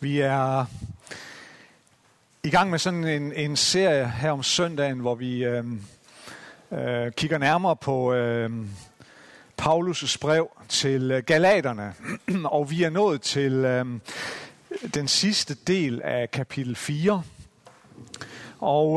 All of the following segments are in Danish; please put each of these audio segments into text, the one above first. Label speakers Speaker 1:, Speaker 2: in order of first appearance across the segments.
Speaker 1: Vi er i gang med sådan en serie her om søndagen, hvor vi kigger nærmere på Paulus' brev til Galaterne. Og vi er nået til den sidste del af kapitel 4. Og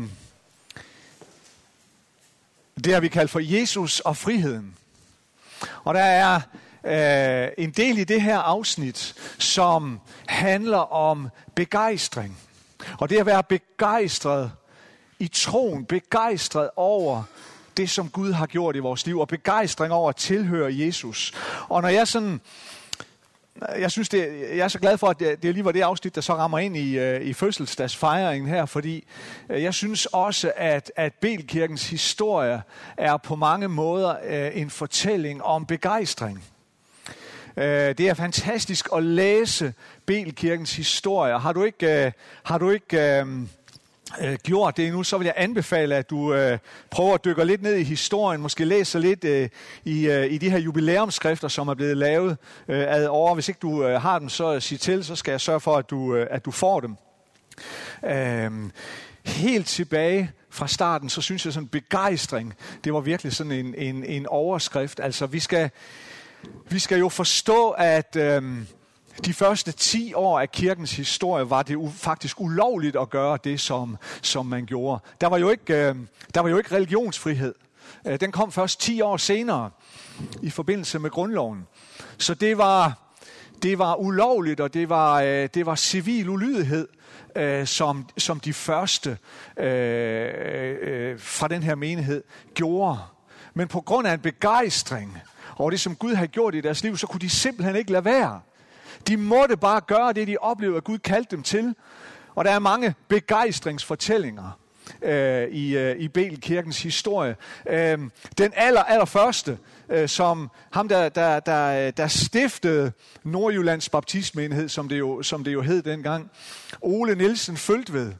Speaker 1: det har vi kaldt for Jesus og friheden. Og der er en del i det her afsnit, som handler om begejstring. Og det at være begejstret i troen, begejstret over det, som Gud har gjort i vores liv, og begejstring over at tilhøre Jesus. Og når jeg sådan, jeg er så glad for, at det lige var det afsnit, der så rammer ind i fødselsdagsfejringen her, fordi jeg synes også, at Betelkirkens historie er på mange måder en fortælling om begejstring. Det er fantastisk at læse Betelkirkens historie. Har du ikke gjort det endnu, så vil jeg anbefale, at du prøver at dykke lidt ned i historien, måske læser lidt i de her jubilæumsskrifter, som er blevet lavet ad år. Hvis ikke du har dem, så sig til, så skal jeg sørge for, at du får dem. Helt tilbage fra starten, så synes jeg sådan begejstring, det var virkelig sådan en overskrift. Altså vi skal jo forstå, at de første 10 år af kirkens historie var det faktisk ulovligt at gøre det, som man gjorde. Der var jo ikke religionsfrihed. Den kom først 10 år senere i forbindelse med grundloven. Så det var ulovligt, og det var civil ulydighed, som de første fra den her menighed gjorde. Men på grund af en begejstring over det, som Gud havde gjort i deres liv, så kunne de simpelthen ikke lade være. De måtte bare gøre det, de oplevede, at Gud kaldte dem til. Og der er mange begejstringsfortællinger i Betelkirkens historie. Den allerførste, som ham, der stiftede Nordjyllands Baptistmenighed, som det jo hed dengang, Ole Nielsen Føltved.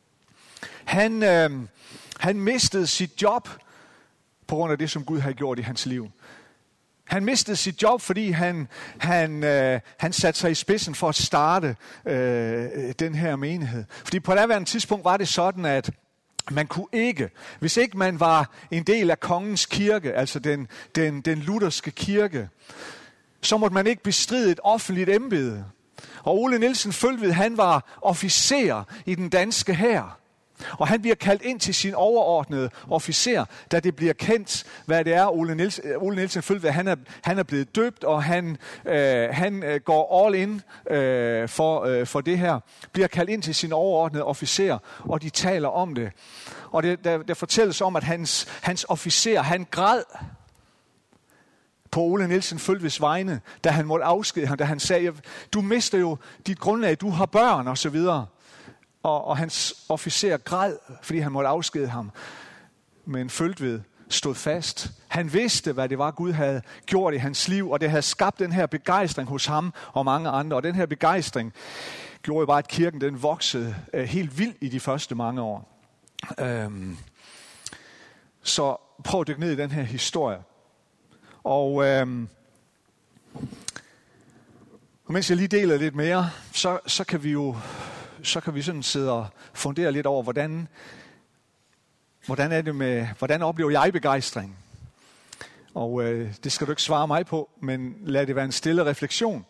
Speaker 1: Han mistede sit job på grund af det, som Gud havde gjort i hans liv. Han mistede sit job, fordi han satte sig i spidsen for at starte den her menighed. Fordi på daværende tidspunkt var det sådan, at man kunne ikke, hvis ikke man var en del af kongens kirke, altså den lutherske kirke, så måtte man ikke bestride et offentligt embede. Og Ole Nielsen Føltved, han var officer i den danske hær. Og han bliver kaldt ind til sin overordnede officer, da det bliver kendt, hvad det er, Ole Nielsen Føltved, han er blevet døbt, og han går all in for det her. Bliver kaldt ind til sin overordnede officer, og de taler om det. Og der fortælles om, at hans officer, han græd på Ole Nielsen Føltveds vegne, da han måtte afskede ham, da han sagde, du mister jo dit grundlag, du har børn og så videre. Og hans officer græd, fordi han måtte afskede ham. Men Føltved stod fast. Han vidste, hvad det var, Gud havde gjort i hans liv, og det havde skabt den her begejstring hos ham og mange andre. Og den her begejstring gjorde jo bare, at kirken den voksede helt vildt i de første mange år. Så prøv at dykke ned i den her historie. Og mens jeg lige deler lidt mere, så kan vi sådan sidde og fundere lidt over, hvordan oplever jeg begejstring? Og det skal du ikke svare mig på, men lad det være en stille refleksion.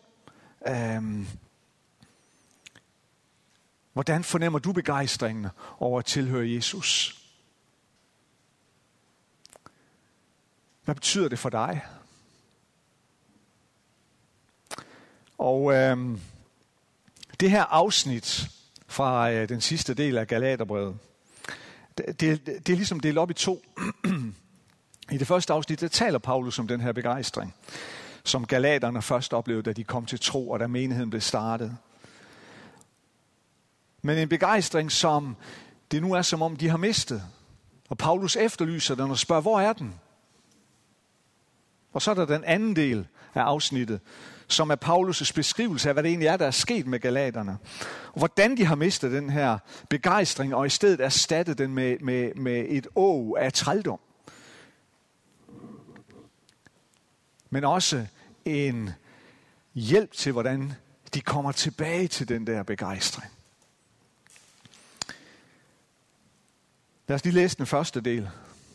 Speaker 1: Hvordan fornemmer du begejstringen over at tilhøre Jesus? Hvad betyder det for dig? Og det her afsnit fra den sidste del af Galaterbrevet, det er ligesom delt op i 2. I det første afsnit, der taler Paulus om den her begejstring, som galaterne først oplevede, da de kom til tro, og da menigheden blev startet. Men en begejstring, som det nu er, som om de har mistet. Og Paulus efterlyser den og spørger, hvor er den? Og så er der den anden del af afsnittet, som er Paulus' beskrivelse af, hvad det egentlig er, der er sket med galaterne. Og hvordan de har mistet den her begejstring, og i stedet erstattet den med et åg af trældom. Men også en hjælp til, hvordan De kommer tilbage til den der begejstring. Lad os lige læse den første del.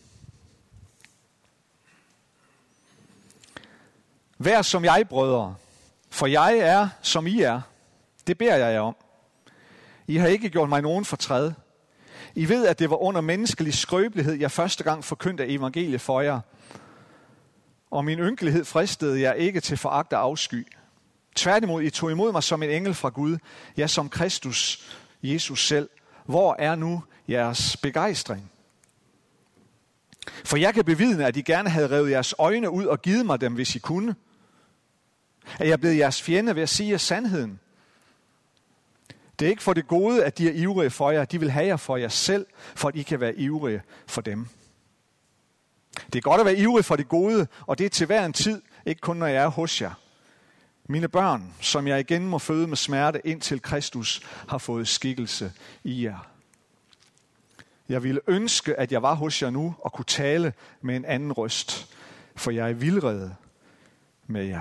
Speaker 1: Vær som jeg, brødre, for jeg er, som I er. Det beder jeg jer om. I har ikke gjort mig nogen fortræd. I ved, at det var under menneskelig skrøbelighed, jeg første gang forkyndte evangeliet for jer. Og min ynkelighed fristede jeg ikke til foragt og afsky. Tværtimod, I tog imod mig som en engel fra Gud, ja, som Kristus, Jesus selv. Hvor er nu jeres begejstring? For jeg kan bevidne, at I gerne havde revet jeres øjne ud og givet mig dem, hvis I kunne. At jeg blev jeres fjende ved at sige jer sandheden. Det er ikke for det gode, at de er ivrige for jer. De vil have jer for jer selv, for at I kan være ivrige for dem. Det er godt at være ivrig for det gode, og det er til hver en tid, ikke kun når jeg er hos jer. Mine børn, som jeg igen må føde med smerte, indtil Kristus har fået skikkelse i jer. Jeg ville ønske, at jeg var hos jer nu og kunne tale med en anden røst, for jeg er vildrede med jer.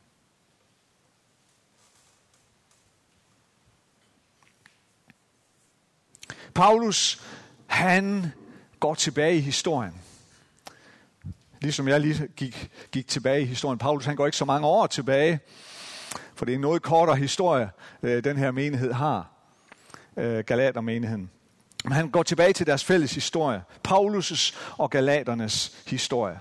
Speaker 1: Paulus, han går tilbage i historien. Ligesom jeg lige gik tilbage i historien. Paulus, han går ikke så mange år tilbage, for det er en noget kortere historie, den her menighed har. Galatermenigheden. Men han går tilbage til deres fælles historie. Paulus' og Galaternes historie.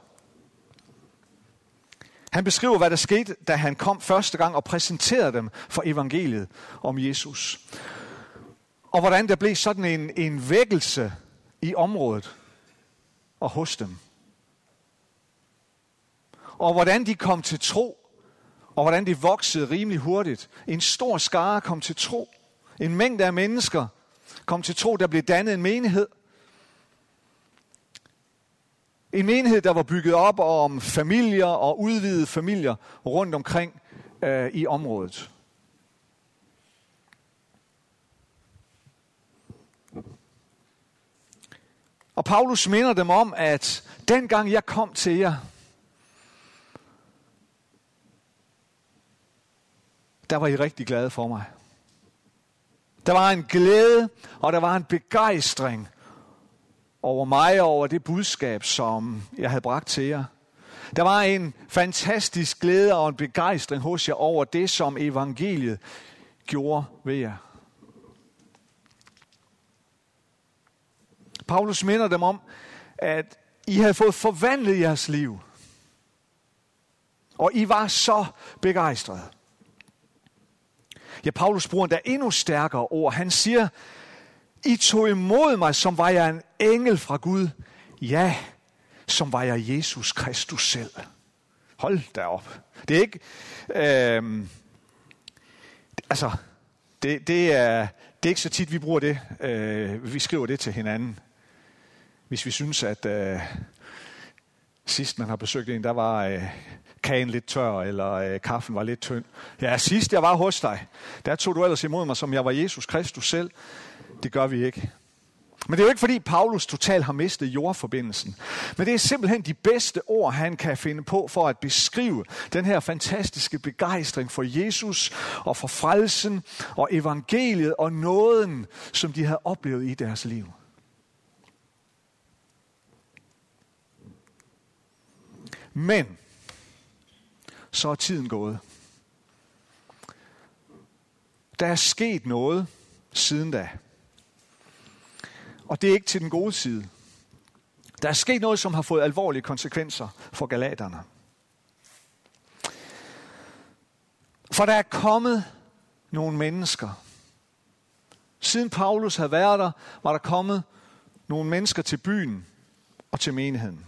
Speaker 1: Han beskriver, hvad der skete, da han kom første gang og præsenterede dem for evangeliet om Jesus. Og hvordan der blev sådan en vækkelse i området og hos dem. Og hvordan de kom til tro, og hvordan de voksede rimelig hurtigt. En stor skare kom til tro. En mængde af mennesker kom til tro, der blev dannet en menighed. En menighed, der var bygget op om familier og udvidede familier rundt omkring i området. Og Paulus minder dem om, at dengang jeg kom til jer, der var I rigtig glade for mig. Der var en glæde, og der var en begejstring over mig og over det budskab, som jeg havde bragt til jer. Der var en fantastisk glæde og en begejstring hos jer over det, som evangeliet gjorde ved jer. Paulus minder dem om, at I havde fået forvandlet jeres liv. Og I var så begejstrede. Ja, Paulus bruger endda endnu stærkere ord. Han siger, I tog imod mig, som var jeg en engel fra Gud. Ja, som var jeg Jesus Kristus selv. Hold da op. Det er ikke... Det er ikke så tit, vi bruger det. Vi skriver det til hinanden. Hvis vi synes, at sidst man har besøgt en, der var kagen lidt tør, eller kaffen var lidt tynd. Ja, sidst jeg var hos dig, der tog du ellers imod mig, som jeg var Jesus Kristus selv. Det gør vi ikke. Men det er jo ikke, fordi Paulus totalt har mistet jordforbindelsen. Men det er simpelthen de bedste ord, han kan finde på for at beskrive den her fantastiske begejstring for Jesus og for frelsen og evangeliet og nåden, som de havde oplevet i deres liv. Men så er tiden gået. Der er sket noget siden da. Og det er ikke til den gode side. Der er sket noget, som har fået alvorlige konsekvenser for galaterne. For der er kommet nogle mennesker. Siden Paulus havde været der, var der kommet nogle mennesker til byen og til menigheden.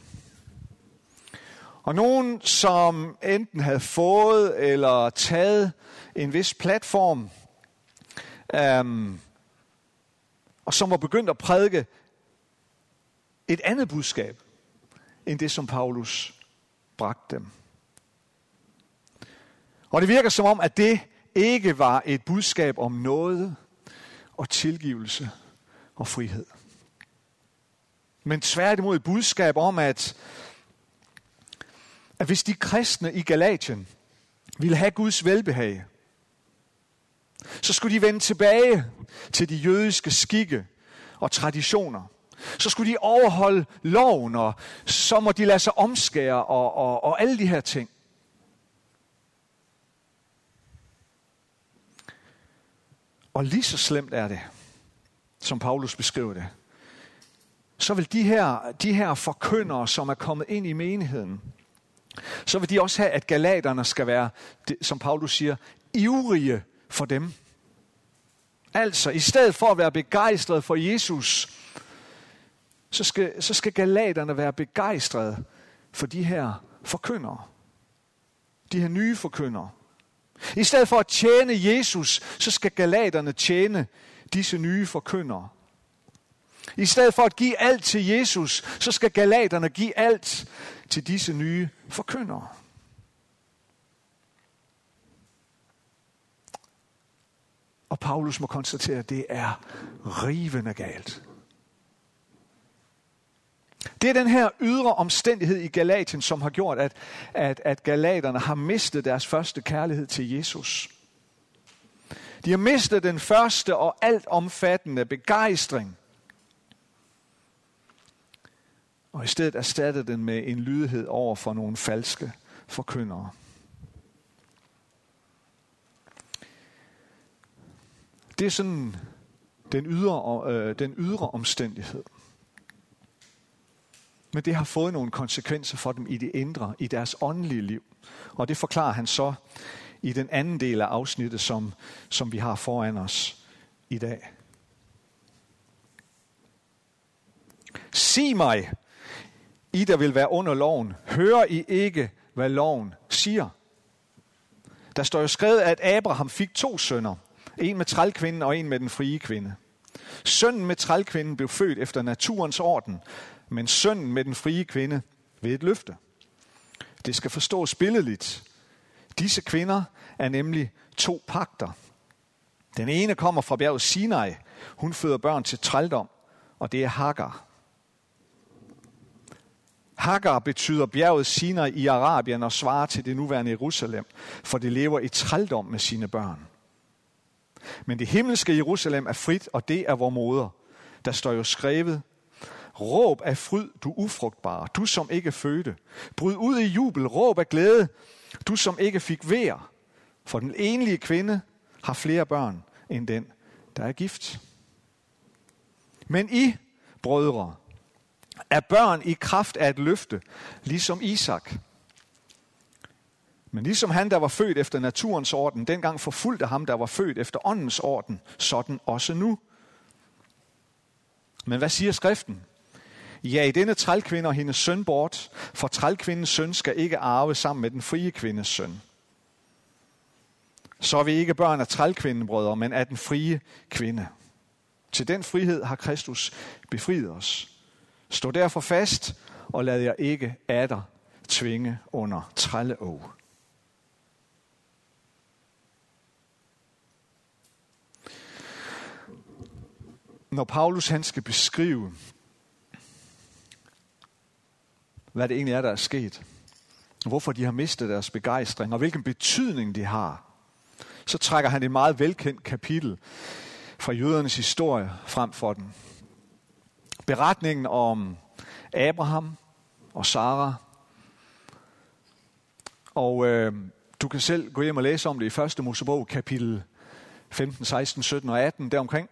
Speaker 1: Og nogen, som enten havde fået eller taget en vis platform, og som var begyndt at prædike et andet budskab, end det, som Paulus bragte dem. Og det virker som om, at det ikke var et budskab om nåde og tilgivelse og frihed. Men tværtimod et budskab om, at hvis de kristne i Galatien ville have Guds velbehag, Så skulle de vende tilbage til de jødiske skikke og traditioner. Så skulle de overholde loven, og så må de lade sig omskære og alle de her ting. Og lige så slemt er det, som Paulus beskriver det, så vil de her forkyndere, som er kommet ind i menigheden, så vil de også have, at galaterne skal være, som Paulus siger, ivrige for dem. Altså, i stedet for at være begejstrede for Jesus, så skal galaterne være begejstrede for de her forkyndere. De her nye forkyndere. I stedet for at tjene Jesus, så skal galaterne tjene disse nye forkyndere. I stedet for at give alt til Jesus, så skal galaterne give alt til disse nye forkyndere. Og Paulus må konstatere, at det er rivende galt. Det er den her ydre omstændighed i Galatien, som har gjort, at galaterne har mistet deres første kærlighed til Jesus. De har mistet den første og alt omfattende begejstring. Og i stedet erstattet den med en lydighed over for nogle falske forkyndere. Det er sådan den ydre omstændighed. Men det har fået nogle konsekvenser for dem i det indre, i deres åndelige liv. Og det forklarer han så i den anden del af afsnittet, som vi har foran os i dag. Sig mig, I der vil være under loven, hører I ikke, hvad loven siger? Der står jo skrevet, at Abraham fik 2 sønner. En med trælkvinden og en med den frie kvinde. Sønnen med trælkvinden blev født efter naturens orden, men sønnen med den frie kvinde ved et løfte. Det skal forstås billedligt. Disse kvinder er nemlig 2 pagter. Den ene kommer fra bjerget Sinai. Hun føder børn til trældom, og det er Hagar. Hagar betyder bjerget Sinai i Arabien og svarer til det nuværende Jerusalem, for det lever i trældom med sine børn. Men det himmelske Jerusalem er frit, og det er vor moder. Der står jo skrevet, råb af fryd, du ufrugtbare, du som ikke fødte. Bryd ud i jubel, råb af glæde, du som ikke fik vejr. For den enlige kvinde har flere børn, end den, der er gift. Men I, brødre, er børn i kraft af et løfte, ligesom Isak. Men ligesom han, der var født efter naturens orden, dengang forfulgte ham, der var født efter åndens orden, sådan også nu. Men hvad siger skriften? Ja, i denne trælkvinde og hendes søn bort, for trælkvindens søn skal ikke arve sammen med den frie kvindes søn. Så er vi ikke børn af trælkvinden, brødre, men af den frie kvinde. Til den frihed har Kristus befriet os. Stå derfor fast, og lad jer ikke atter tvinge under trælleåg. Når Paulus han skal beskrive, hvad det egentlig er, der er sket, hvorfor de har mistet deres begejstring, og hvilken betydning de har, så trækker han et meget velkendt kapitel fra jødernes historie frem for dem. Beretningen om Abraham og Sara. Og du kan selv gå hjem og læse om det i 1. Mosebog, kapitel 15, 16, 17 og 18, deromkring.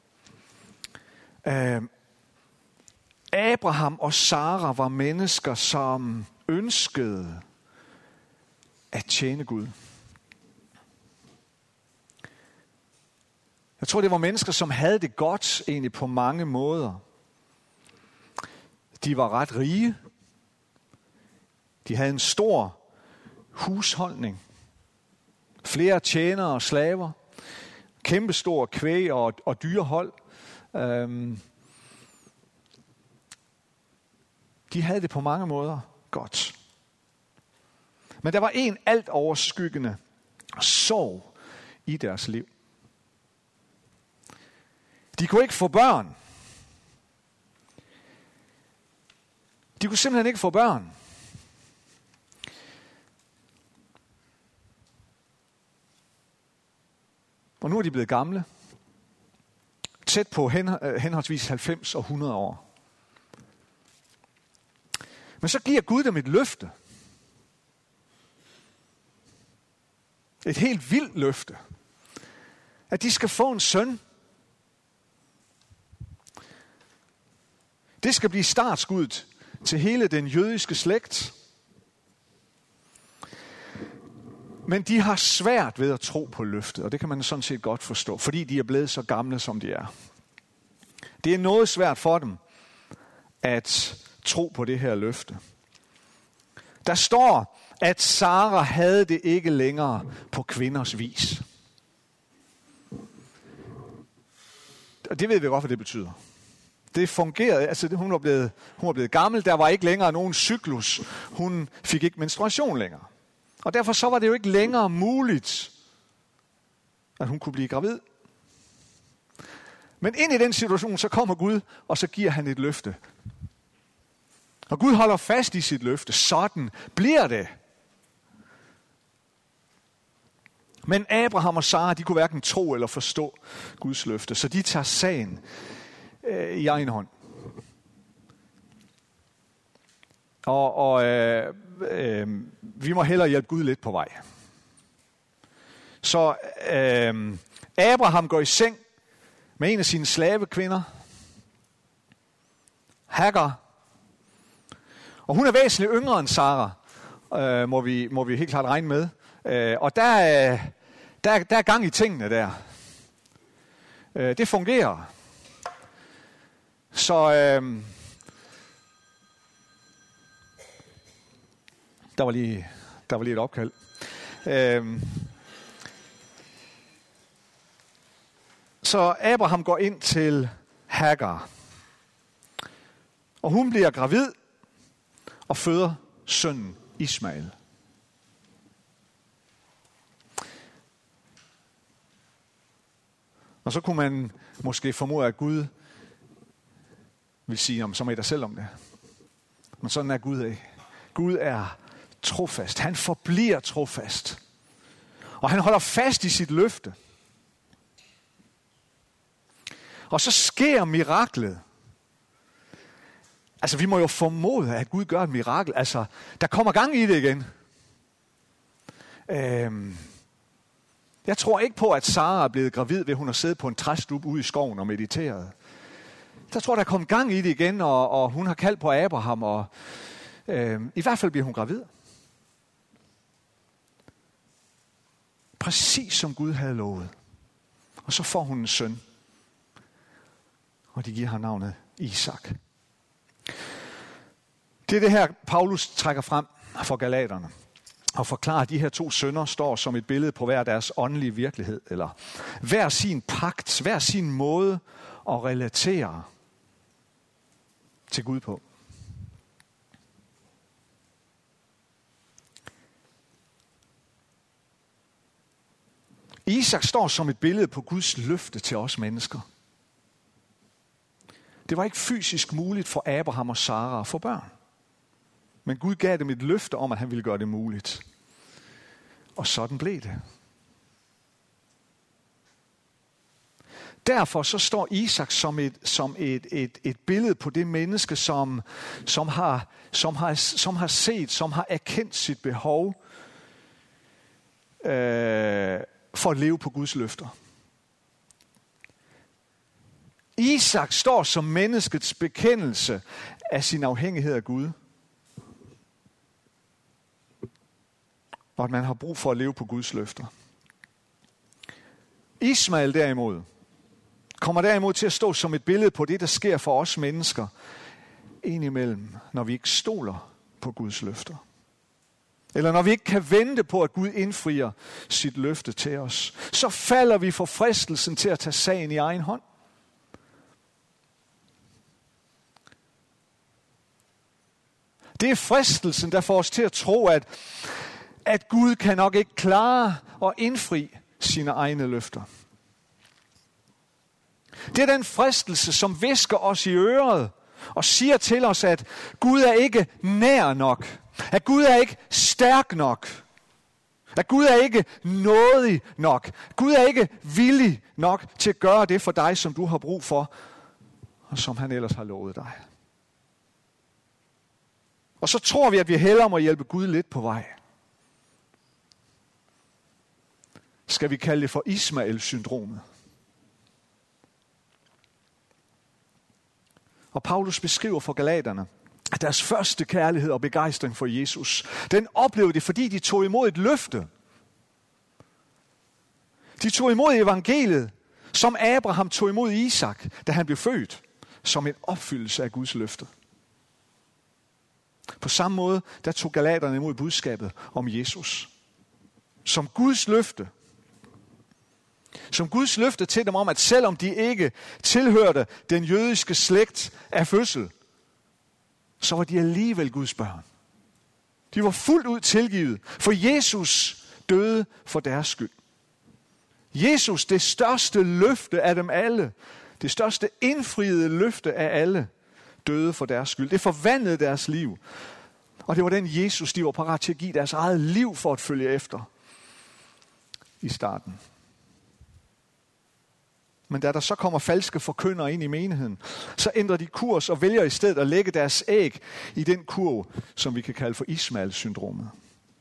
Speaker 1: Abraham og Sara var mennesker, som ønskede at tjene Gud. Jeg tror, det var mennesker, som havde det godt egentlig på mange måder. De var ret rige. De havde en stor husholdning. Flere tjenere og slaver. Kæmpestor kvæg og dyrehold. De havde det på mange måder godt. Men der var en alt overskyggende sorg i deres liv. De kunne ikke få børn. De kunne simpelthen ikke få børn. Og Og nu er de blevet gamle. Tæt på henholdsvis 90 og 100 år. Men så giver Gud dem et løfte. Et helt vildt løfte. At de skal få en søn. Det skal blive startskuddet til hele den jødiske slægt. Men de har svært ved at tro på løftet, og det kan man sådan set godt forstå, fordi de er blevet så gamle, som de er. Det er noget svært for dem at tro på det her løfte. Der står, at Sara havde det ikke længere på kvinders vis. Og det ved vi godt, hvad det betyder. Det fungerede, altså hun var blevet gammel, der var ikke længere nogen cyklus. Hun fik ikke menstruation længere. Og derfor så var det jo ikke længere muligt, at hun kunne blive gravid. Men ind i den situation, så kommer Gud, og så giver han et løfte. Og Gud holder fast i sit løfte. Sådan bliver det. Men Abraham og Sara, de kunne hverken tro eller forstå Guds løfte, så de tager sagen i egen hånd. Og vi må hellere hjælpe Gud lidt på vej. Så Abraham går i seng med en af sine slavekvinder, Hagar. Og hun er væsentligt yngre end Sara, må vi helt klart regne med. Og der er gang i tingene der. Det fungerer. Så der var lige et opkald. Så Abraham går ind til Hagar. Og hun bliver gravid og føder sønnen Ismael. Og så kunne man måske formode, at Gud vil sige, så må I dig selv om det. Men sådan er Gud ikke. Gud er trofast. Han forbliver trofast. Og han holder fast i sit løfte. Og så sker miraklet. Altså, vi må jo formode, at Gud gør et mirakel. Altså, der kommer gang i det igen. Jeg tror ikke på, at Sara er blevet gravid, ved hun har siddet på en træstub ude i skoven og mediteret. Jeg tror, der er kommet gang i det igen, og hun har kaldt på Abraham, og i hvert fald bliver hun gravid. Præcis som Gud havde lovet. Og så får hun en søn. Og de giver ham navnet Isak. Det er det her, Paulus trækker frem for galaterne. Og forklarer, at de her to sønner står som et billede på hver deres åndelige virkelighed. Eller hver sin pagt, hver sin måde at relatere til Gud på. Isak står som et billede på Guds løfte til os mennesker. Det var ikke fysisk muligt for Abraham og Sara at få børn. Men Gud gav dem et løfte om, at han ville gøre det muligt. Og sådan blev det. Derfor så står Isak som et billede på det menneske, som har set, som har erkendt sit behov for at leve på Guds løfter. Isak står som menneskets bekendelse af sin afhængighed af Gud. Og at man har brug for at leve på Guds løfter. Ismael derimod kommer derimod til at stå som et billede på det, der sker for os mennesker indimellem, når vi ikke stoler på Guds løfter. Eller når vi ikke kan vente på, at Gud indfrier sit løfte til os. Så falder vi for fristelsen til at tage sagen i egen hånd. Det er fristelsen, der får os til at tro, at Gud kan nok ikke klare og indfri sine egne løfter. Det er den fristelse, som hvisker os i øret og siger til os, at Gud er ikke nær nok. At Gud er ikke stærk nok. At Gud er ikke nådig nok. Gud er ikke villig nok til at gøre det for dig, som du har brug for, og som han ellers har lovet dig. Og så tror vi, at vi hellere må hjælpe Gud lidt på vej. Skal vi kalde det for Ismael-syndromet. Og Paulus beskriver for galaterne, at deres første kærlighed og begejstring for Jesus, den oplevede de, fordi de tog imod et løfte. De tog imod evangeliet, som Abraham tog imod Isak, da han blev født, som en opfyldelse af Guds løfte. På samme måde, der tog galaterne imod budskabet om Jesus. Som Guds løfte. Som Guds løfte til dem om, at selvom de ikke tilhørte den jødiske slægt af fødsel, så var de alligevel Guds børn. De var fuldt ud tilgivet, for Jesus døde for deres skyld. Jesus, det største løfte af dem alle, det største indfriede løfte af alle, døde for deres skyld. Det forvandlede deres liv. Og det var den Jesus, de var parat til at give deres eget liv for at følge efter i starten. Men da der så kommer falske forkyndere ind i menigheden, så ændrer de kurs og vælger i stedet at lægge deres æg i den kurv, som vi kan kalde for Ismael-syndromet.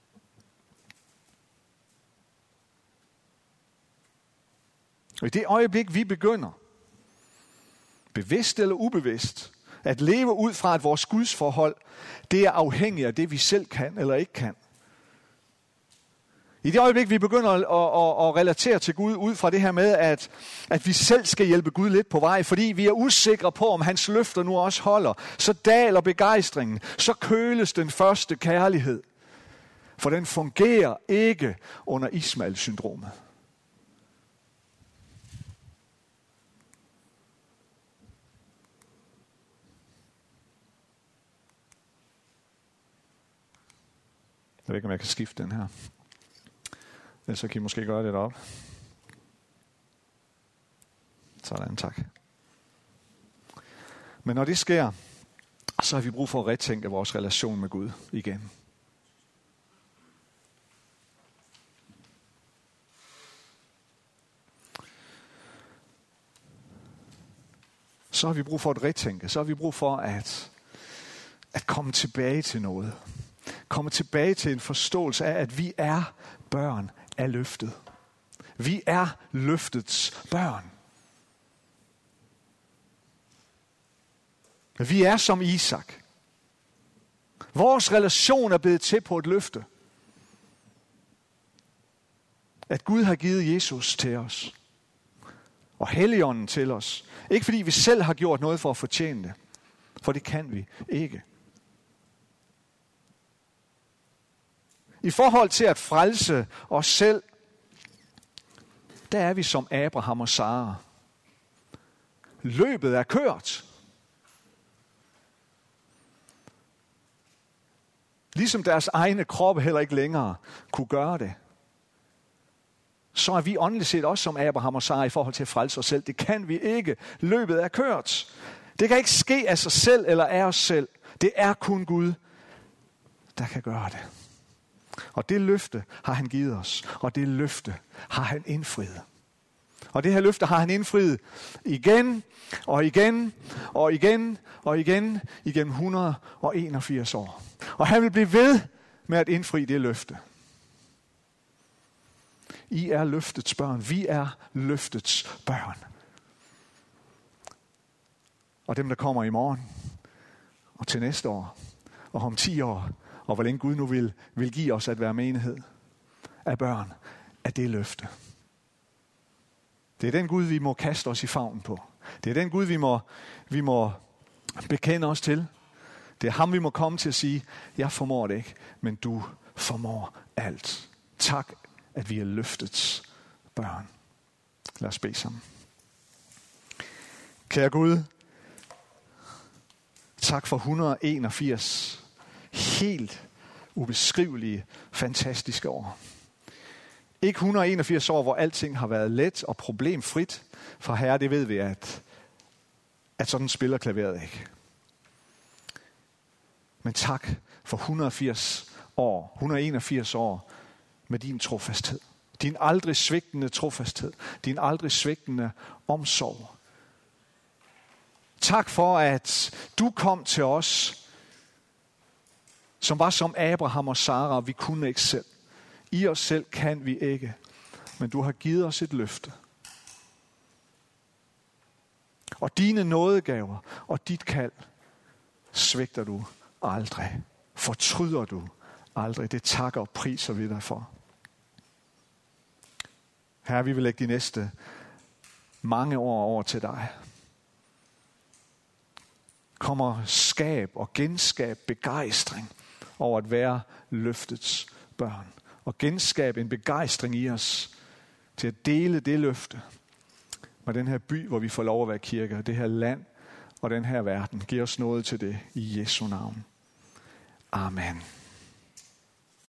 Speaker 1: Og i det øjeblik, vi begynder, bevidst eller ubevidst, at leve ud fra, at vores gudsforhold, det er afhængigt af det, vi selv kan eller ikke kan. I det øjeblik, vi begynder at relatere til Gud ud fra det her med, at vi selv skal hjælpe Gud lidt på vej, fordi vi er usikre på, om hans løfter nu også holder, så daler begejstringen, så køles den første kærlighed. For den fungerer ikke under Ismael-syndromet. Jeg ved ikke, om jeg kan skifte den her. Ellers så kan I måske gøre det deroppe. Sådan, tak. Men når det sker, så har vi brug for at retænke vores relation med Gud igen. Så har vi brug for at retænke. Så har vi brug for at komme tilbage til noget. Komme tilbage til en forståelse af, at vi er børn af løftet. Vi er løftets børn. Vi er som Isak. Vores relation er blevet til på et løfte. At Gud har givet Jesus til os. Og Helligånden til os. Ikke fordi vi selv har gjort noget for at fortjene det. For det kan vi ikke. I forhold til at frelse os selv, der er vi som Abraham og Sara. Løbet er kørt. Ligesom deres egne kroppe heller ikke længere kunne gøre det, så er vi åndeligt set også som Abraham og Sara i forhold til at frelse os selv. Det kan vi ikke. Løbet er kørt. Det kan ikke ske af sig selv eller af os selv. Det er kun Gud, der kan gøre det. Og det løfte har han givet os, og det løfte har han indfriet. Og det her løfte har han indfriet igen og igen og igen og igen igennem 181 år. Og han vil blive ved med at indfri det løfte. I er løftets børn. Vi er løftets børn. Og dem, der kommer i morgen og til næste år og om 10 år, og hvor længe Gud nu vil give os at være menighed af børn af det løfte. Det er den Gud, vi må kaste os i favnen på. Det er den Gud, vi må bekende os til. Det er ham, vi må komme til at sige, jeg formår det ikke, men du formår alt. Tak, at vi er løftets børn. Lad os bede sammen. Kære Gud, tak for 181 helt ubeskrivelige, fantastiske år. Ikke 181 år, hvor alting har været let og problemfrit. For Herre, det ved vi, at sådan spiller klaveret ikke. Men tak for 181 år med din trofasthed. Din aldrig svigtende trofasthed. Din aldrig svigtende omsorg. Tak for, at du kom til os, som var som Abraham og Sara. Vi kunne ikke selv. I os selv kan vi ikke. Men du har givet os et løfte. Og dine nådegaver og dit kald svigter du aldrig. Fortryder du aldrig. Det takker og priser vi dig for. Herre, vi vil lægge de næste mange år over til dig. Kommer skab og genskab begejstring over at være løftets børn. Og genskab en begejstring i os til at dele det løfte med den her by, hvor vi får lov at være kirke, det her land og den her verden. Giv os noget til det i Jesu navn. Amen.